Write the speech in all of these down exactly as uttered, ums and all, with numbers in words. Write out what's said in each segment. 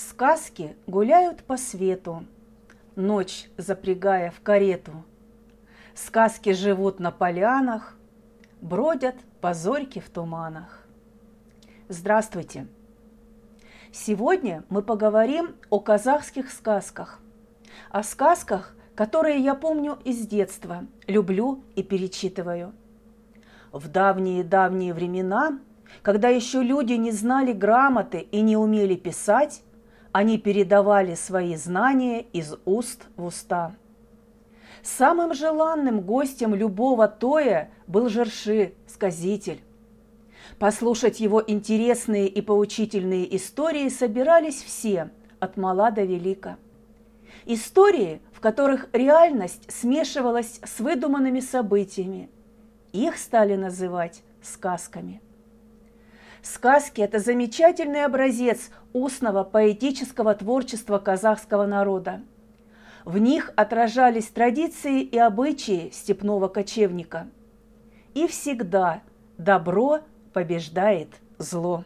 Сказки гуляют по свету, ночь запрягая в карету. Сказки живут на полянах, бродят по зорьке в туманах. Здравствуйте! Сегодня мы поговорим о казахских сказках, о сказках, которые я помню из детства, люблю и перечитываю. В давние-давние времена, когда еще люди не знали грамоты и не умели писать, они передавали свои знания из уст в уста. Самым желанным гостем любого тоя был жерши, сказитель. Послушать его интересные и поучительные истории собирались все, от мала до велика. Истории, в которых реальность смешивалась с выдуманными событиями. Их стали называть сказками. Сказки – это замечательный образец устного поэтического творчества казахского народа. В них отражались традиции и обычаи степного кочевника. И всегда добро побеждает зло.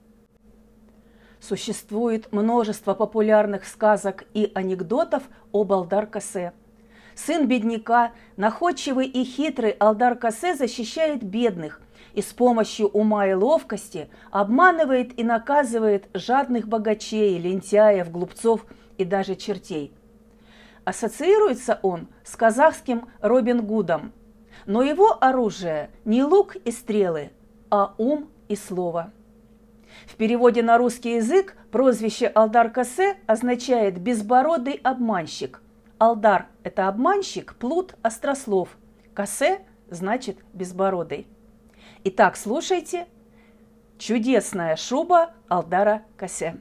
Существует множество популярных сказок и анекдотов об Алдар-Касе. Сын бедняка, находчивый и хитрый Алдар-Касе защищает бедных и с помощью ума и ловкости обманывает и наказывает жадных богачей, лентяев, глупцов и даже чертей. Ассоциируется он с казахским Робин Гудом, но его оружие не лук и стрелы, а ум и слово. В переводе на русский язык прозвище Алдар-Касе означает «безбородый обманщик». Алдар – это обманщик, плут, острослов. Касе значит «безбородый». Итак, слушайте «Чудесная шуба Алдара-Касе».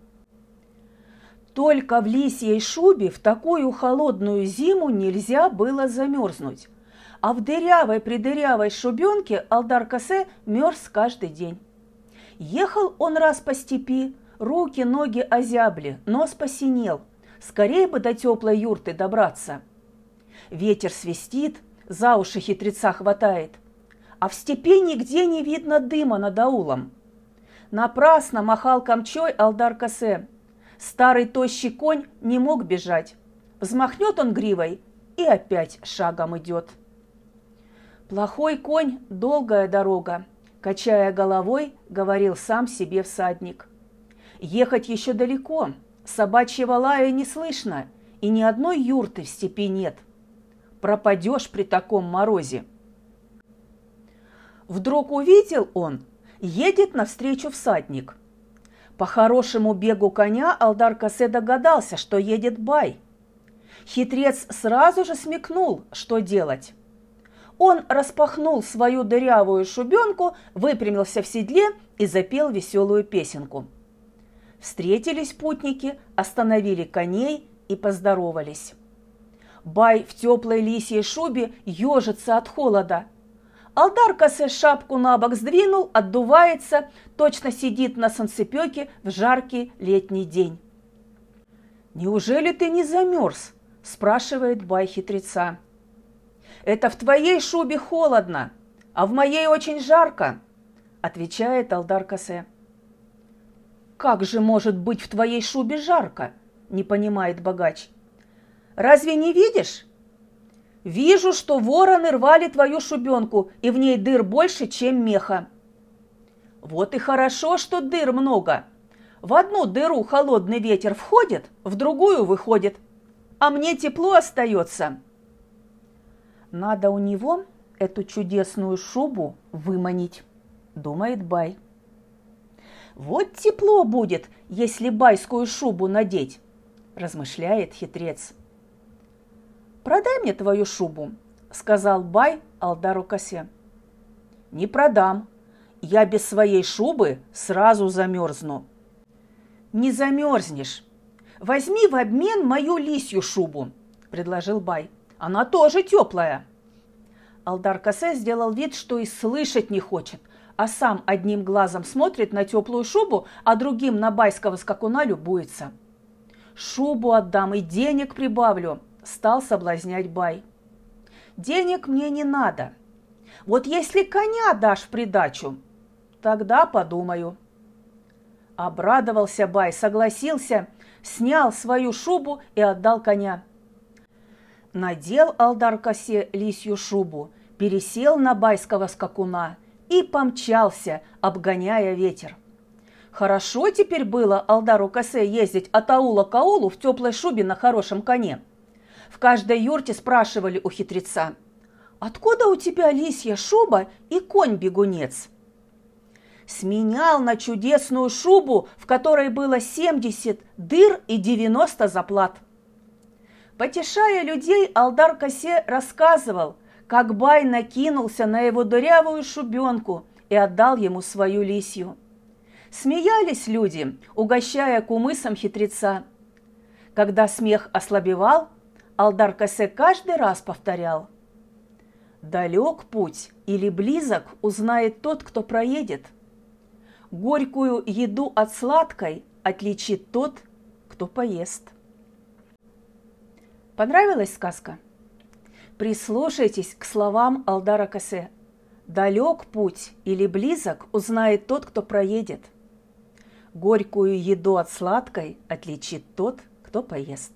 Только в лисьей шубе в такую холодную зиму нельзя было замерзнуть, а в дырявой-придырявой шубенке Алдар-Касе мерз каждый день. Ехал он раз по степи, руки, ноги озябли, нос посинел, скорее бы до теплой юрты добраться. Ветер свистит, за уши хитреца хватает, а в степи нигде не видно дыма над аулом. Напрасно махал камчой Алдар-Касе. Старый тощий конь не мог бежать. Взмахнет он гривой и опять шагом идет. Плохой конь – долгая дорога, качая головой, говорил сам себе всадник. Ехать еще далеко, собачьего лая не слышно, и ни одной юрты в степи нет. Пропадешь при таком морозе. Вдруг увидел он, едет навстречу всадник. По хорошему бегу коня Алдар-Касе догадался, что едет бай. Хитрец сразу же смекнул, что делать. Он распахнул свою дырявую шубенку, выпрямился в седле и запел веселую песенку. Встретились путники, остановили коней и поздоровались. Бай в теплой лисьей шубе ежится от холода. Алдар-Касе шапку на бок сдвинул, отдувается, точно сидит на солнцепеке в жаркий летний день. «Неужели ты не замерз?» – спрашивает Бай хитреца. «Это в твоей шубе холодно, а в моей очень жарко», – отвечает Алдар-Касе. «Как же может быть в твоей шубе жарко?» – не понимает богач. «Разве не видишь? Вижу, что вороны рвали твою шубенку, и в ней дыр больше, чем меха». «Вот и хорошо, что дыр много. В одну дыру холодный ветер входит, в другую выходит, а мне тепло остается». «Надо у него эту чудесную шубу выманить», – думает Бай. «Вот тепло будет, если байскую шубу надеть», – размышляет хитрец. «Продай мне твою шубу», – сказал Бай Алдару-Касе. «Не продам. Я без своей шубы сразу замерзну». «Не замерзнешь. Возьми в обмен мою лисью шубу», – предложил Бай. «Она тоже теплая». Алдар-Касе сделал вид, что и слышать не хочет, а сам одним глазом смотрит на теплую шубу, а другим на байского скакуна любуется. «Шубу отдам и денег прибавлю», – стал соблазнять Бай. «Денег мне не надо. Вот если коня дашь в придачу, тогда подумаю». Обрадовался Бай, согласился, снял свою шубу и отдал коня. Надел Алдар-Косе лисью шубу, пересел на байского скакуна и помчался, обгоняя ветер. Хорошо теперь было Алдару-Косе ездить от аула к аулу в теплой шубе на хорошем коне. В каждой юрте спрашивали у хитреца: «Откуда у тебя лисья шуба и конь-бегунец?» Сменял на чудесную шубу, в которой было семьдесят дыр и девяносто заплат. Потешая людей, Алдар-Косе рассказывал, как Бай накинулся на его дырявую шубенку и отдал ему свою лисью. Смеялись люди, угощая кумысом хитреца. Когда смех ослабевал, Алдар-Косе каждый раз повторял: «Далек путь или близок, узнает тот, кто проедет. Горькую еду от сладкой отличит тот, кто поест». Понравилась сказка? Прислушайтесь к словам Алдара-Косе. «Далек путь или близок, узнает тот, кто проедет. Горькую еду от сладкой отличит тот, кто поест».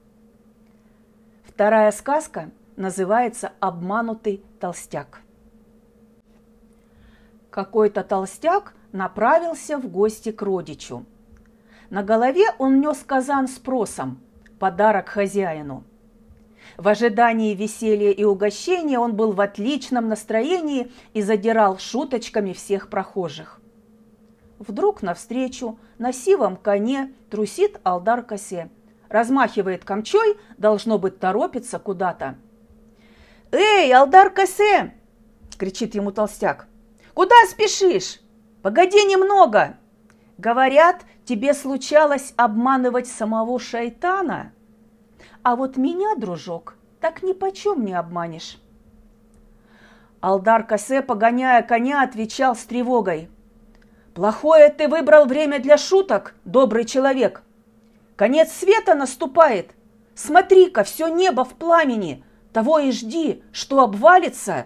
Вторая сказка называется «Обманутый толстяк». Какой-то толстяк направился в гости к родичу. На голове он нес казан с просом, подарок хозяину. В ожидании веселья и угощения он был в отличном настроении и задирал шуточками всех прохожих. Вдруг навстречу на сивом коне трусит Алдар-Косе, размахивает камчой, должно быть, торопится куда-то. «Эй, Алдар-Косе!» – кричит ему толстяк. «Куда спешишь? Погоди немного! Говорят, тебе случалось обманывать самого шайтана. А вот меня, дружок, так нипочем не обманешь». Алдар-Косе, погоняя коня, отвечал с тревогой: «Плохое ты выбрал время для шуток, добрый человек. Конец света наступает. Смотри-ка, все небо в пламени. Того и жди, что обвалится».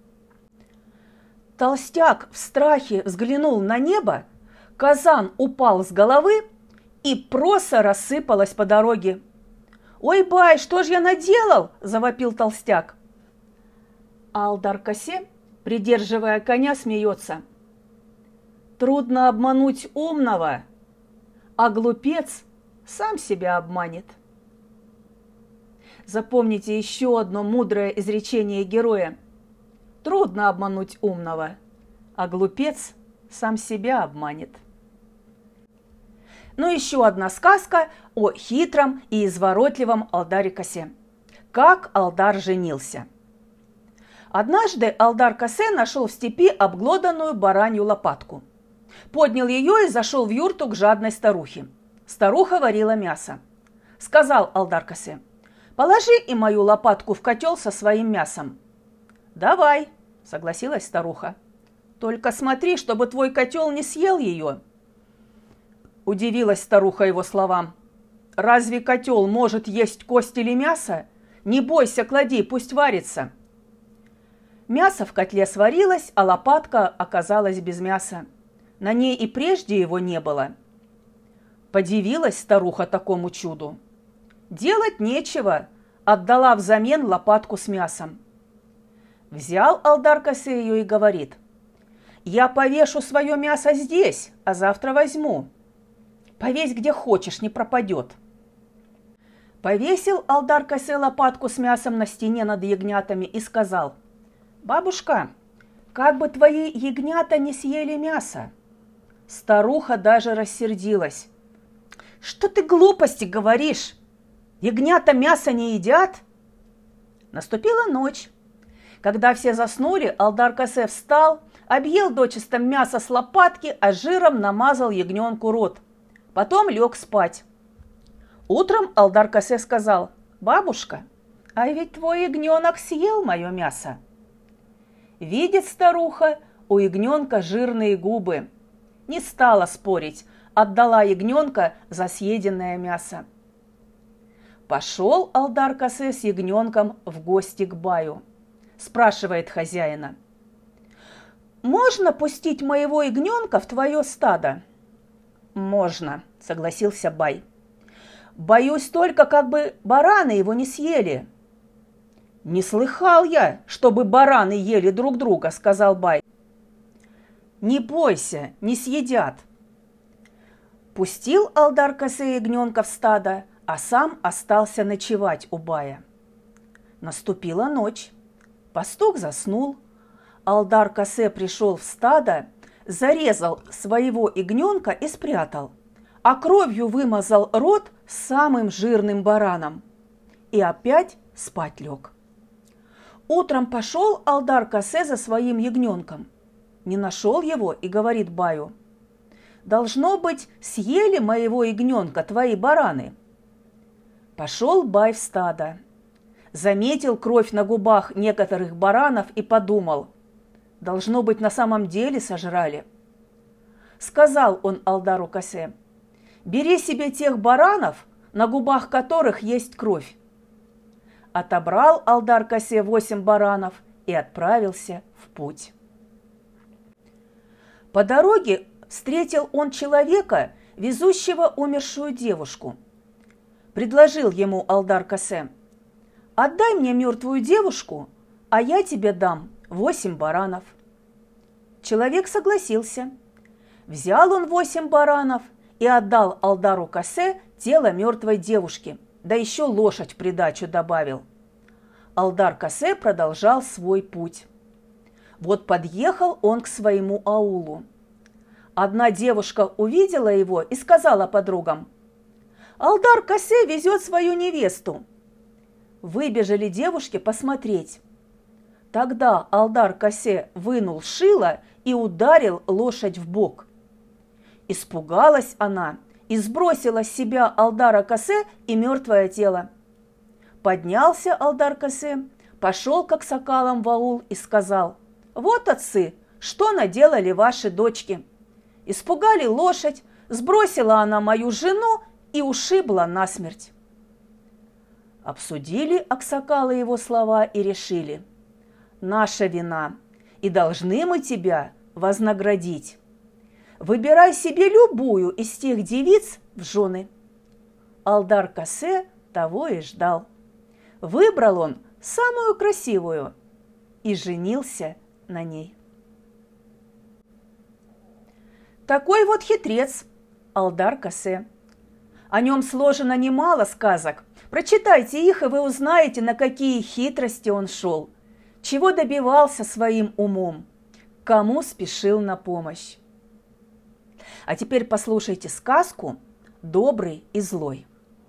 Толстяк в страхе взглянул на небо, казан упал с головы, и проса рассыпалась по дороге. «Ой, Бай, что ж я наделал?» – завопил толстяк. Алдар-Косе, придерживая коня, смеется: «Трудно обмануть умного, а глупец сам себя обманет». Запомните еще одно мудрое изречение героя: трудно обмануть умного, а глупец сам себя обманет. Ну, еще одна сказка о хитром и изворотливом Алдаре-Косе. Как Алдар женился. Однажды Алдар-Косе нашел в степи обглоданную баранью лопатку. Поднял ее и зашел в юрту к жадной старухе. Старуха варила мясо. Сказал Алдар-Косе: «Положи и мою лопатку в котел со своим мясом». «Давай», – согласилась старуха. «Только смотри, чтобы твой котел не съел ее». Удивилась старуха его словам. «Разве котел может есть кость или мясо? Не бойся, клади, пусть варится». Мясо в котле сварилось, а лопатка оказалась без мяса. На ней и прежде его не было. Подивилась старуха такому чуду. Делать нечего, отдала взамен лопатку с мясом. Взял Алдар-Косе ее и говорит: «Я повешу свое мясо здесь, а завтра возьму. Повесь где хочешь, не пропадет». Повесил Алдар-Косе лопатку с мясом на стене над ягнятами и сказал: «Бабушка, как бы твои ягнята не съели мясо». Старуха даже рассердилась. «Что ты глупости говоришь? Ягнята мясо не едят?» Наступила ночь. Когда все заснули, Алдар-Косе встал, объел дочисто мясо с лопатки, а жиром намазал ягненку рот. Потом лег спать. Утром Алдар-Косе сказал: «Бабушка, а ведь твой ягненок съел мое мясо». Видит старуха, у ягненка жирные губы. Не стала спорить, отдала ягненка за съеденное мясо. Пошел Алдар-Косе с ягненком в гости к Баю. Спрашивает хозяина: «Можно пустить моего ягненка в твое стадо?» «Можно», – согласился Бай. «Боюсь только, как бы бараны его не съели». «Не слыхал я, чтобы бараны ели друг друга», – сказал Бай. «Не бойся, не съедят». Пустил Алдар-Касе ягненка в стадо, а сам остался ночевать у Бая. Наступила ночь. Пастух заснул. Алдар-Касе пришел в стадо, зарезал своего ягненка и спрятал, а кровью вымазал рот самым жирным бараном. И опять спать лег. Утром пошел Алдар-Касе за своим ягненком. Не нашел его и говорит Баю: «Должно быть, съели моего ягненка твои бараны». Пошел Бай в стадо. Заметил кровь на губах некоторых баранов и подумал: должно быть, на самом деле сожрали. Сказал он Алдару-Касе: «Бери себе тех баранов, на губах которых есть кровь». Отобрал Алдар-Касе восемь баранов и отправился в путь. По дороге встретил он человека, везущего умершую девушку. Предложил ему Алдар-Касе: «Отдай мне мертвую девушку, а я тебе дам восемь баранов». Человек согласился. Взял он восемь баранов и отдал Алдару-Касе тело мертвой девушки, да еще лошадь в придачу добавил. Алдар-Касе продолжал свой путь. Вот подъехал он к своему аулу. Одна девушка увидела его и сказала подругам: «Алдар-Касе везет свою невесту». Выбежали девушки посмотреть. Тогда Алдар-Касе вынул шило и ударил лошадь в бок. Испугалась она и сбросила с себя Алдара-Касе и мертвое тело. Поднялся Алдар-Касе, пошел к аксакалам в аул и сказал: «Вот, отцы, что наделали ваши дочки. Испугали лошадь, сбросила она мою жену и ушибла насмерть». Обсудили аксакалы его слова и решили: наша вина, и должны мы тебя вознаградить. Выбирай себе любую из тех девиц в жены. Алдар-Касе того и ждал. Выбрал он самую красивую и женился на ней. Такой вот хитрец Алдар-Касе. О нем сложено немало сказок. Прочитайте их, и вы узнаете, на какие хитрости он шел, чего добивался своим умом, кому спешил на помощь. А теперь послушайте сказку «Добрый и злой».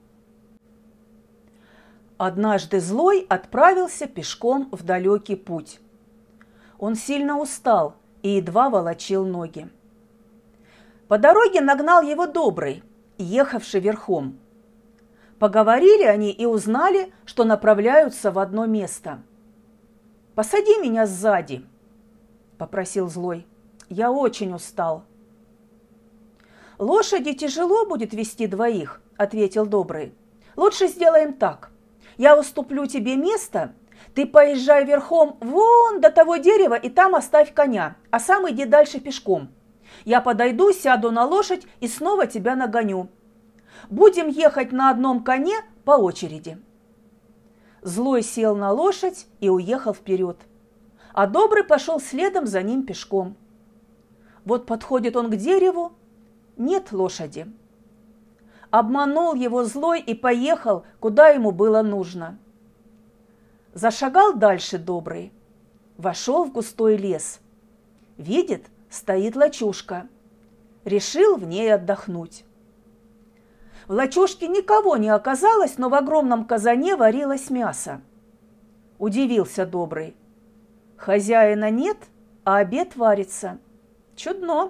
Однажды злой отправился пешком в далекий путь. Он сильно устал и едва волочил ноги. По дороге нагнал его добрый, ехавший верхом. Поговорили они и узнали, что направляются в одно место. «Посади меня сзади», – попросил злой. «Я очень устал». «Лошади тяжело будет вести двоих», – ответил добрый. «Лучше сделаем так. Я уступлю тебе место, ты поезжай верхом вон до того дерева и там оставь коня, а сам иди дальше пешком. Я подойду, сяду на лошадь и снова тебя нагоню. Будем ехать на одном коне по очереди». Злой сел на лошадь и уехал вперед, а добрый пошел следом за ним пешком. Вот подходит он к дереву, нет лошади. Обманул его злой и поехал, куда ему было нужно. Зашагал дальше добрый, вошел в густой лес. Видит, стоит лачушка. Решил в ней отдохнуть. В лачушке никого не оказалось, но в огромном казане варилось мясо. Удивился добрый. Хозяина нет, а обед варится. Чудно.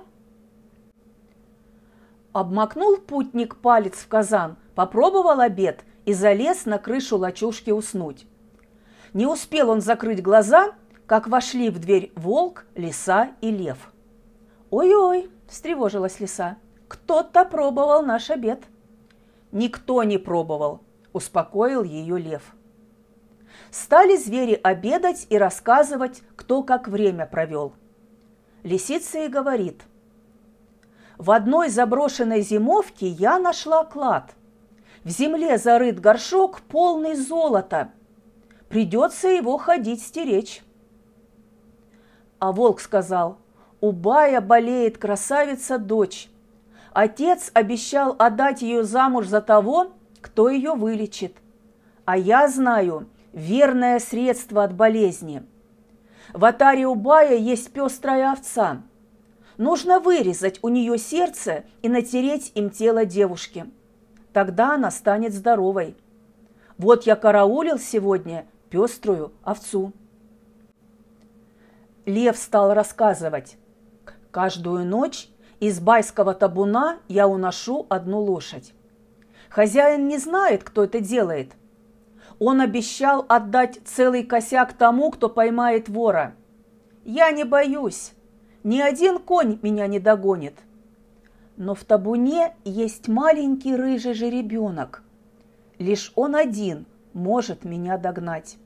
Обмакнул путник палец в казан, попробовал обед и залез на крышу лачушки уснуть. Не успел он закрыть глаза, как вошли в дверь волк, лиса и лев. «Ой-ой!» – встревожилась лиса. «Кто-то пробовал наш обед». «Никто не пробовал», – успокоил ее лев. Стали звери обедать и рассказывать, кто как время провел. Лисица и говорит: В одной заброшенной зимовке я нашла клад. В земле зарыт горшок, полный золота. Придется его ходить стеречь. А волк сказал: у Бая болеет красавица-дочь. Отец обещал отдать ее замуж за того, кто ее вылечит. А я знаю верное средство от болезни. В отаре у Бая есть пестрая овца. Нужно вырезать у нее сердце и натереть им тело девушки. Тогда она станет здоровой. Вот я караулил сегодня пеструю овцу. Лев стал рассказывать: каждую ночь из байского табуна я уношу одну лошадь. Хозяин не знает, кто это делает. Он обещал отдать целый косяк тому, кто поймает вора. Я не боюсь, ни один конь меня не догонит. Но в табуне есть маленький рыжий жеребенок. Лишь он один может меня догнать.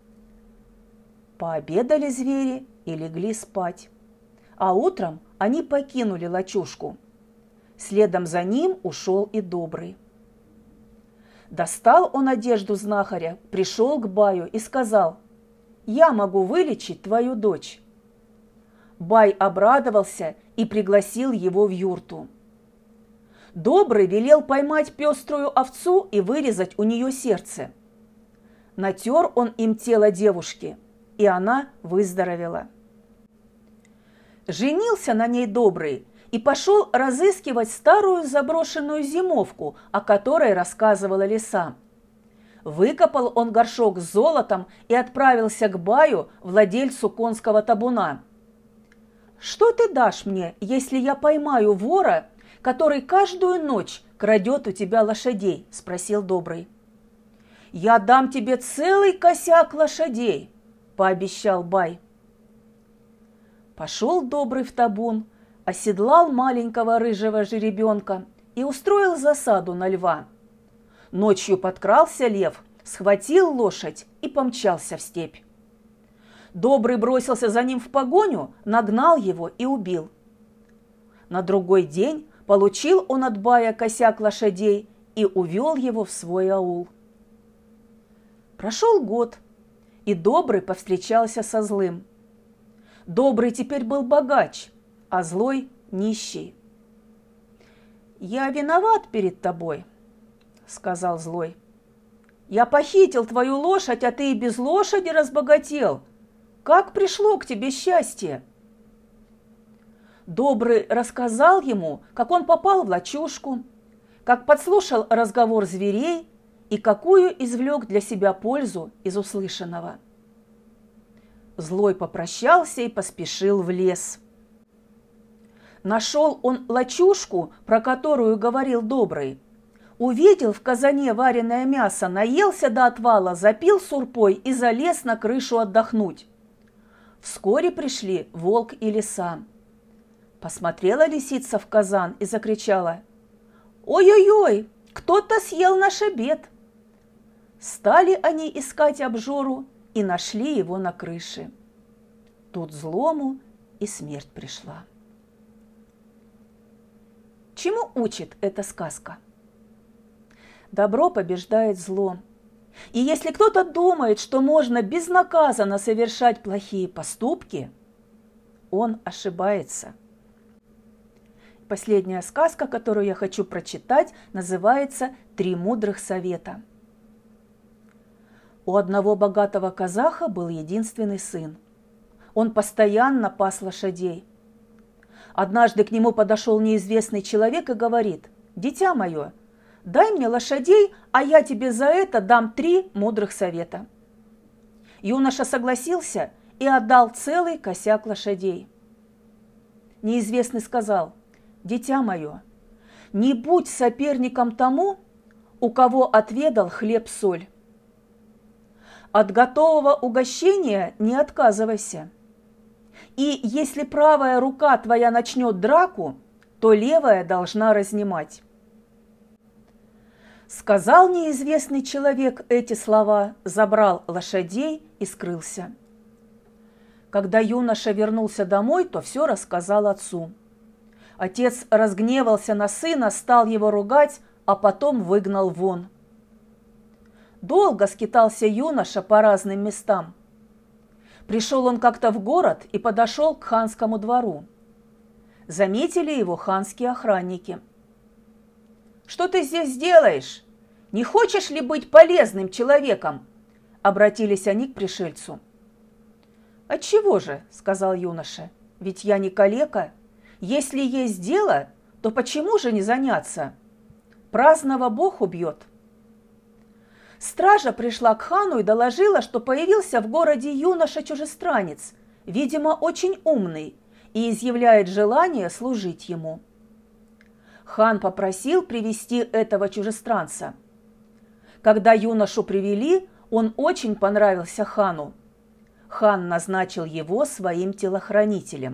Пообедали звери и легли спать. А утром они покинули лачушку. Следом за ним ушел и Добрый. Достал он одежду знахаря, пришел к Баю и сказал: «Я могу вылечить твою дочь». Бай обрадовался и пригласил его в юрту. Добрый велел поймать пеструю овцу и вырезать у нее сердце. Натер он им тело девушки, и она выздоровела. Женился на ней Добрый и пошел разыскивать старую заброшенную зимовку, о которой рассказывала лиса. Выкопал он горшок с золотом и отправился к Баю, владельцу конского табуна. «Что ты дашь мне, если я поймаю вора, который каждую ночь крадет у тебя лошадей?» – спросил Добрый. «Я дам тебе целый косяк лошадей», – пообещал Бай. Пошел Добрый в табун, оседлал маленького рыжего жеребенка и устроил засаду на льва. Ночью подкрался лев, схватил лошадь и помчался в степь. Добрый бросился за ним в погоню, нагнал его и убил. На другой день получил он от Бая косяк лошадей и увел его в свой аул. Прошел год, и Добрый повстречался со злым. Добрый теперь был богач, а злой – нищий. «Я виноват перед тобой», – сказал злой. «Я похитил твою лошадь, а ты и без лошади разбогател. Как пришло к тебе счастье?» Добрый рассказал ему, как он попал в лачушку, как подслушал разговор зверей и какую извлек для себя пользу из услышанного. Злой попрощался и поспешил в лес. Нашел он лачушку, про которую говорил Добрый. Увидел в казане вареное мясо, наелся до отвала, запил сурпой и залез на крышу отдохнуть. Вскоре пришли волк и лиса. Посмотрела лисица в казан и закричала: «Ой-ой-ой, кто-то съел наш обед!» Стали они искать обжору и нашли его на крыше. Тут злому и смерть пришла. Чему учит эта сказка? Добро побеждает зло. И если кто-то думает, что можно безнаказанно совершать плохие поступки, он ошибается. Последняя сказка, которую я хочу прочитать, называется «Три мудрых совета». У одного богатого казаха был единственный сын. Он постоянно пас лошадей. Однажды к нему подошел неизвестный человек и говорит: «Дитя мое, дай мне лошадей, а я тебе за это дам три мудрых совета». Юноша согласился и отдал целый косяк лошадей. Неизвестный сказал: «Дитя мое, не будь соперником тому, у кого отведал хлеб-соль. От готового угощения не отказывайся. И если правая рука твоя начнет драку, то левая должна разнимать». Сказал неизвестный человек эти слова, забрал лошадей и скрылся. Когда юноша вернулся домой, то все рассказал отцу. Отец разгневался на сына, стал его ругать, а потом выгнал вон. Долго скитался юноша по разным местам. Пришел он как-то в город и подошел к ханскому двору. Заметили его ханские охранники. «Что ты здесь делаешь? Не хочешь ли быть полезным человеком?» Обратились они к пришельцу. «Отчего же?» – сказал юноша. «Ведь я не калека. Если есть дело, то почему же не заняться? Праздного Бог убьет». Стража пришла к хану и доложила, что появился в городе юноша-чужестранец, видимо, очень умный, и изъявляет желание служить ему. Хан попросил привести этого чужестранца. Когда юношу привели, он очень понравился хану. Хан назначил его своим телохранителем.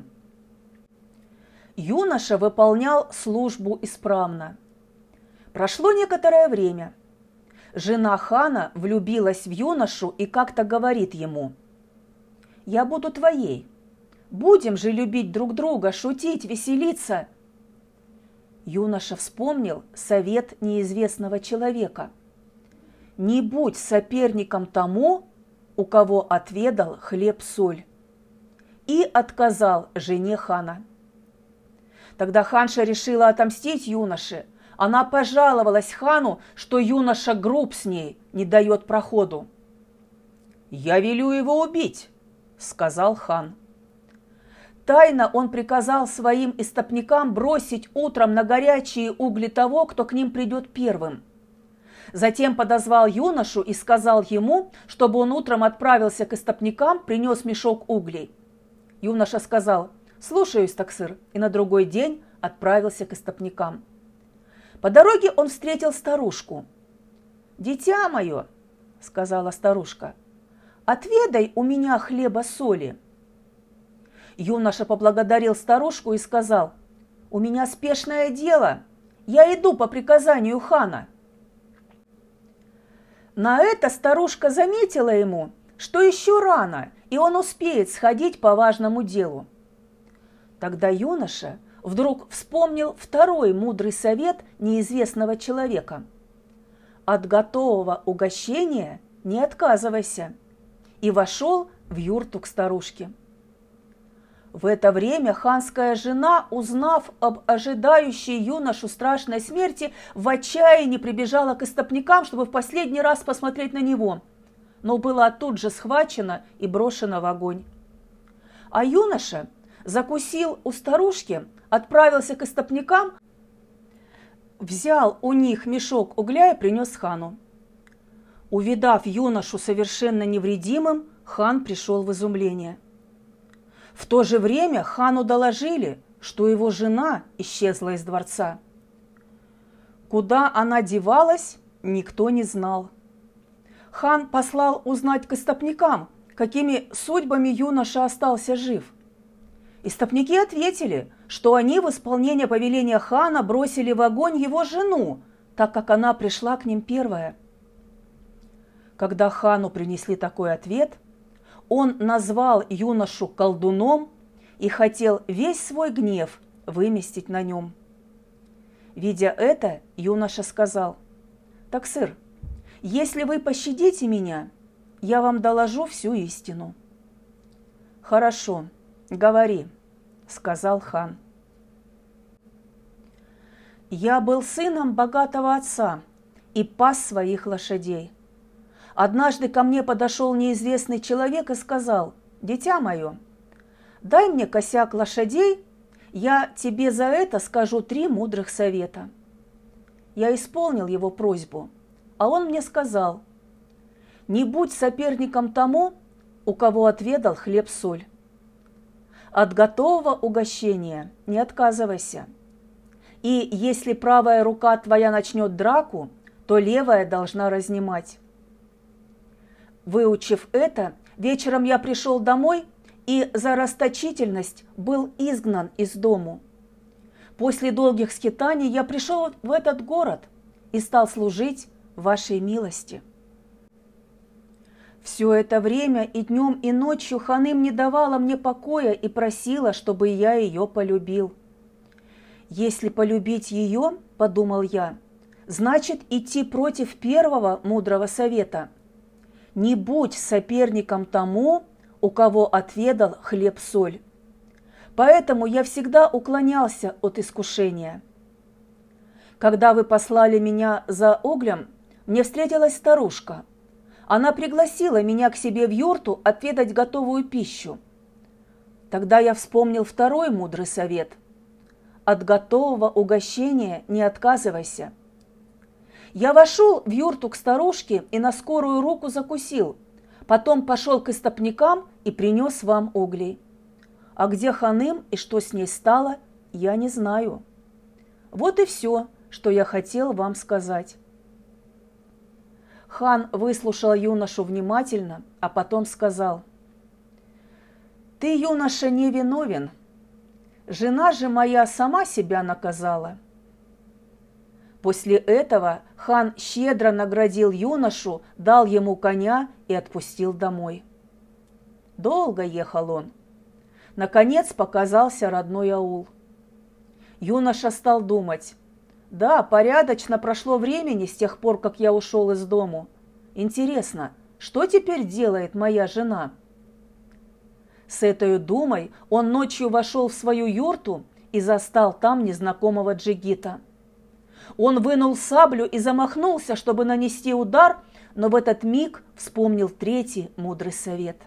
Юноша выполнял службу исправно. Прошло некоторое время. Жена хана влюбилась в юношу и как-то говорит ему: «Я буду твоей. Будем же любить друг друга, шутить, веселиться». Юноша вспомнил совет неизвестного человека: «Не будь соперником тому, у кого отведал хлеб-соль», и отказал жене хана. Тогда ханша решила отомстить юноше. Она пожаловалась хану, что юноша груб с ней, не дает проходу. «Я велю его убить», — сказал хан. Тайно он приказал своим истопникам бросить утром на горячие угли того, кто к ним придет первым. Затем подозвал юношу и сказал ему, чтобы он утром отправился к истопникам, принес мешок углей. Юноша сказал: «Слушаюсь, таксыр», и на другой день отправился к истопникам. По дороге он встретил старушку. «Дитя мое», — сказала старушка, — «отведай у меня хлеба-соли». Юноша поблагодарил старушку и сказал: «У меня спешное дело, я иду по приказанию хана». На это старушка заметила ему, что еще рано, и он успеет сходить по важному делу. Тогда юноша вдруг вспомнил второй мудрый совет неизвестного человека: «От готового угощения не отказывайся», и вошел в юрту к старушке. В это время ханская жена, узнав об ожидающей юношу страшной смерти, в отчаянии прибежала к истопникам, чтобы в последний раз посмотреть на него, но была тут же схвачена и брошена в огонь. А юноша закусил у старушки, отправился к истопникам, взял у них мешок угля и принес хану. Увидав юношу совершенно невредимым, хан пришел в изумление. В то же время хану доложили, что его жена исчезла из дворца. Куда она девалась, никто не знал. Хан послал узнать к истопникам, какими судьбами юноша остался жив. Истопники ответили, что они в исполнение повеления хана бросили в огонь его жену, так как она пришла к ним первая. Когда хану принесли такой ответ, он назвал юношу колдуном и хотел весь свой гнев выместить на нем. Видя это, юноша сказал: «Таксыр, если вы пощадите меня, я вам доложу всю истину». «Хорошо, говори», — сказал хан. «Я был сыном богатого отца и пас своих лошадей. Однажды ко мне подошел неизвестный человек и сказал: «Дитя мое, дай мне косяк лошадей, я тебе за это скажу три мудрых совета». Я исполнил его просьбу, а он мне сказал: «Не будь соперником тому, у кого отведал хлеб-соль. От готового угощения не отказывайся. И если правая рука твоя начнет драку, то левая должна разнимать». Выучив это, вечером я пришел домой и за расточительность был изгнан из дому. После долгих скитаний я пришел в этот город и стал служить вашей милости. Все это время и днем, и ночью Ханым не давала мне покоя и просила, чтобы я ее полюбил. Если полюбить ее, подумал я, значит идти против первого мудрого совета. Не будь соперником тому, у кого отведал хлеб-соль. Поэтому я всегда уклонялся от искушения. Когда вы послали меня за углем, мне встретилась старушка. Она пригласила меня к себе в юрту отведать готовую пищу. Тогда я вспомнил второй мудрый совет. От готового угощения не отказывайся. Я вошел в юрту к старушке и на скорую руку закусил. Потом пошел к истопникам и принес вам углей. А где ханым и что с ней стало, я не знаю. Вот и все, что я хотел вам сказать. Хан выслушал юношу внимательно, а потом сказал: «Ты, юноша, не виновен. Жена же моя сама себя наказала». После этого хан щедро наградил юношу, дал ему коня и отпустил домой. Долго ехал он. Наконец показался родной аул. Юноша стал думать: да, порядочно прошло времени с тех пор, как я ушел из дому. Интересно, что теперь делает моя жена? С этой думой он ночью вошел в свою юрту и застал там незнакомого джигита. Он вынул саблю и замахнулся, чтобы нанести удар, но в этот миг вспомнил третий мудрый совет.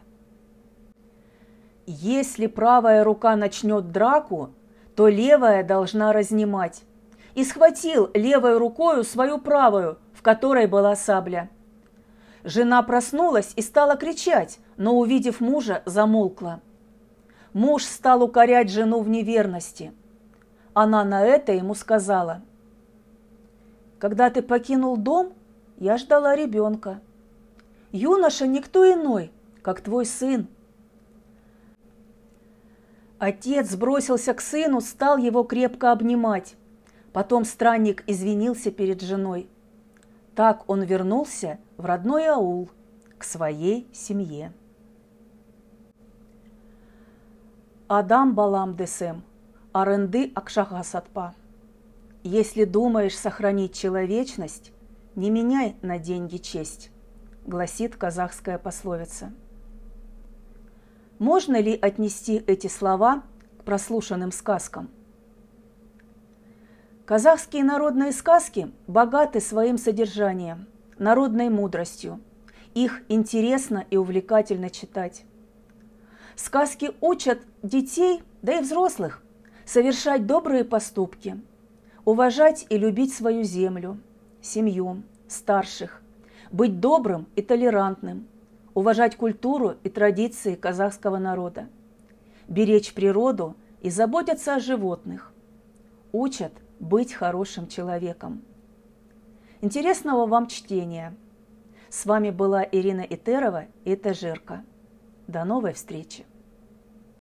Если правая рука начнет драку, то левая должна разнимать. И схватил левой рукою свою правую, в которой была сабля. Жена проснулась и стала кричать, но, увидев мужа, замолкла. Муж стал укорять жену в неверности. Она на это ему сказала: «Когда ты покинул дом, я ждала ребенка. Юноша никто иной, как твой сын». Отец бросился к сыну, стал его крепко обнимать. Потом странник извинился перед женой. Так он вернулся в родной аул, к своей семье. Адам балам десем, аренды акшага сатпа. Если думаешь сохранить человечность, не меняй на деньги честь, гласит казахская пословица. Можно ли отнести эти слова к прослушанным сказкам? Казахские народные сказки богаты своим содержанием, народной мудростью. Их интересно и увлекательно читать. Сказки учат детей, да и взрослых, совершать добрые поступки, уважать и любить свою землю, семью, старших, быть добрым и толерантным, уважать культуру и традиции казахского народа, беречь природу и заботиться о животных. Учат быть хорошим человеком. Интересного вам чтения. С вами была Ирина Итерова и Этажерка. До новой встречи!